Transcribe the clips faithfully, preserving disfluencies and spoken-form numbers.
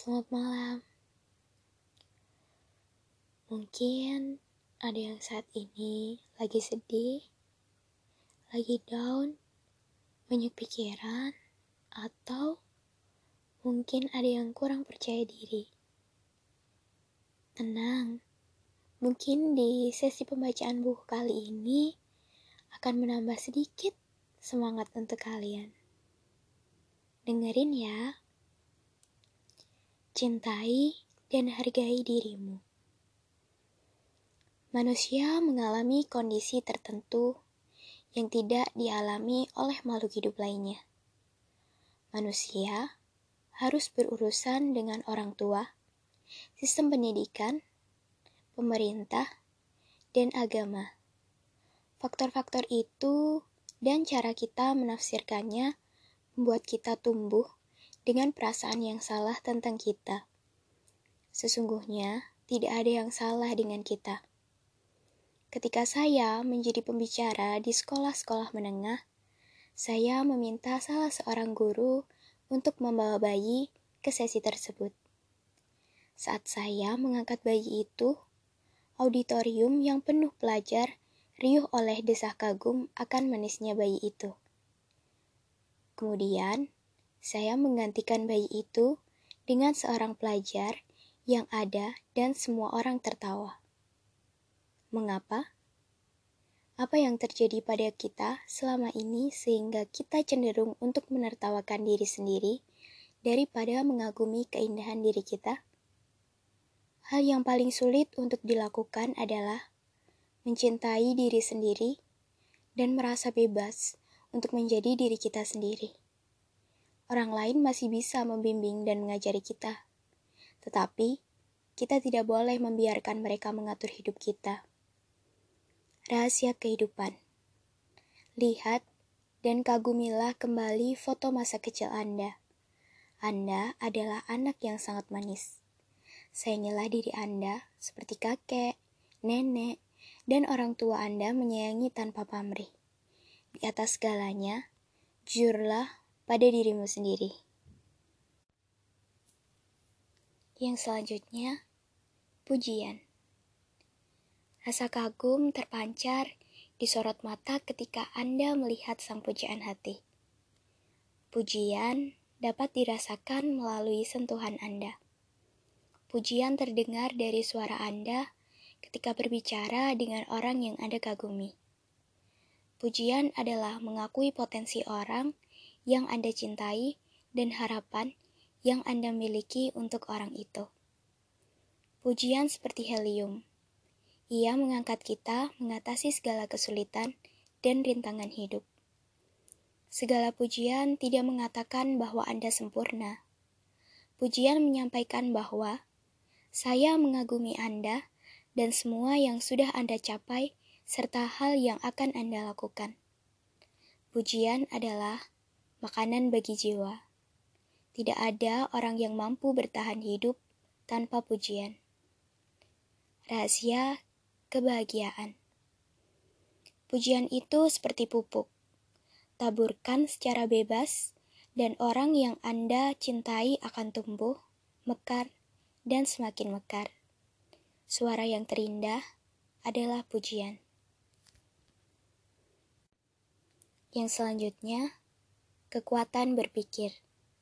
Selamat malam. Mungkin ada yang saat ini lagi sedih, lagi down, banyak pikiran, atau mungkin ada yang kurang percaya diri. Tenang, mungkin di sesi pembacaan buku kali ini akan menambah sedikit semangat untuk kalian. Dengerin ya. Cintai dan hargai dirimu. Manusia mengalami kondisi tertentu yang tidak dialami oleh makhluk hidup lainnya. Manusia harus berurusan dengan orang tua, sistem pendidikan, pemerintah, dan agama. Faktor-faktor itu dan cara kita menafsirkannya membuat kita tumbuh dengan perasaan yang salah tentang kita. Sesungguhnya tidak ada yang salah dengan kita. Ketika saya menjadi pembicara di sekolah-sekolah menengah, saya meminta salah seorang guru untuk membawa bayi ke sesi tersebut. Saat saya mengangkat bayi itu, auditorium yang penuh pelajar riuh oleh desah kagum akan manisnya bayi itu. Kemudian, saya menggantikan bayi itu dengan seorang pelajar yang ada dan semua orang tertawa. Mengapa? Apa yang terjadi pada kita selama ini sehingga kita cenderung untuk menertawakan diri sendiri daripada mengagumi keindahan diri kita? Hal yang paling sulit untuk dilakukan adalah mencintai diri sendiri dan merasa bebas untuk menjadi diri kita sendiri. Orang lain masih bisa membimbing dan mengajari kita, tetapi kita tidak boleh membiarkan mereka mengatur hidup kita. Rahasia kehidupan. Lihat dan kagumilah kembali foto masa kecil Anda. Anda adalah anak yang sangat manis. Sayangilah diri Anda seperti kakek, nenek, dan orang tua Anda menyayangi tanpa pamrih. Di atas segalanya, jujurlah pada dirimu sendiri. Yang selanjutnya, pujian. Rasa kagum terpancar di sorot mata ketika Anda melihat sang pujaan hati. Pujian dapat dirasakan melalui sentuhan Anda. Pujian terdengar dari suara Anda ketika berbicara dengan orang yang Anda kagumi. Pujian adalah mengakui potensi orang yang Anda cintai dan harapan yang Anda miliki untuk orang itu. Pujian seperti helium. Ia mengangkat kita mengatasi segala kesulitan dan rintangan hidup. Segala pujian tidak mengatakan bahwa Anda sempurna. Pujian menyampaikan bahwa saya mengagumi Anda dan semua yang sudah Anda capai serta hal yang akan Anda lakukan. Pujian adalah makanan bagi jiwa. Tidak ada orang yang mampu bertahan hidup tanpa pujian. Rahasia kebahagiaan. Pujian itu seperti pupuk. Taburkan secara bebas dan orang yang Anda cintai akan tumbuh, mekar, dan semakin mekar. Suara yang terindah adalah pujian. Yang selanjutnya, kekuatan berpikir.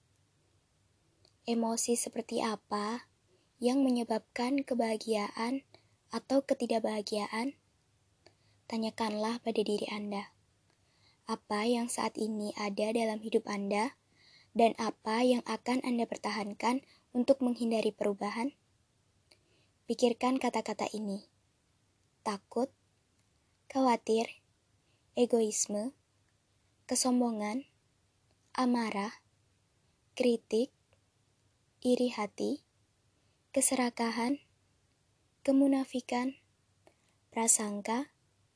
Emosi seperti apa yang menyebabkan kebahagiaan atau ketidakbahagiaan? Tanyakanlah pada diri Anda. Apa yang saat ini ada dalam hidup Anda dan apa yang akan Anda pertahankan untuk menghindari perubahan? Pikirkan kata-kata ini. Takut, khawatir, egoisme, kesombongan, amarah, kritik, iri hati, keserakahan, kemunafikan, prasangka,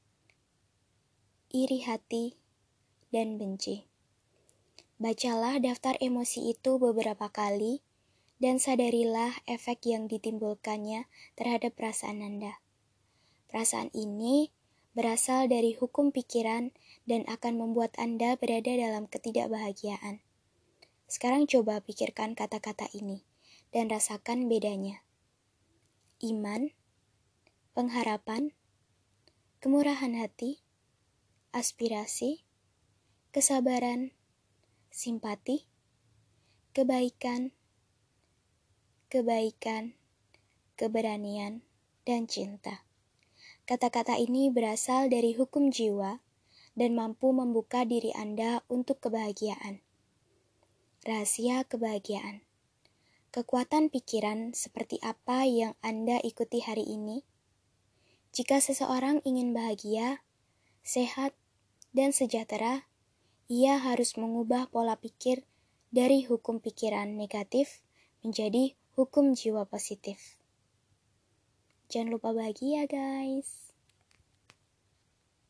iri hati, dan benci. Bacalah daftar emosi itu beberapa kali dan sadarilah efek yang ditimbulkannya terhadap perasaan Anda. Perasaan ini berasal dari hukum pikiran dan akan membuat Anda berada dalam ketidakbahagiaan. Sekarang coba pikirkan kata-kata ini dan rasakan bedanya. Iman, pengharapan, kemurahan hati, aspirasi, kesabaran, simpati, kebaikan, kebaikan, keberanian, dan cinta. Kata-kata ini berasal dari hukum jiwa dan mampu membuka diri Anda untuk kebahagiaan. Rahasia kebahagiaan. Kekuatan pikiran seperti apa yang Anda ikuti hari ini? Jika seseorang ingin bahagia, sehat, dan sejahtera, ia harus mengubah pola pikir dari hukum pikiran negatif menjadi hukum jiwa positif. Jangan lupa bahagia, guys.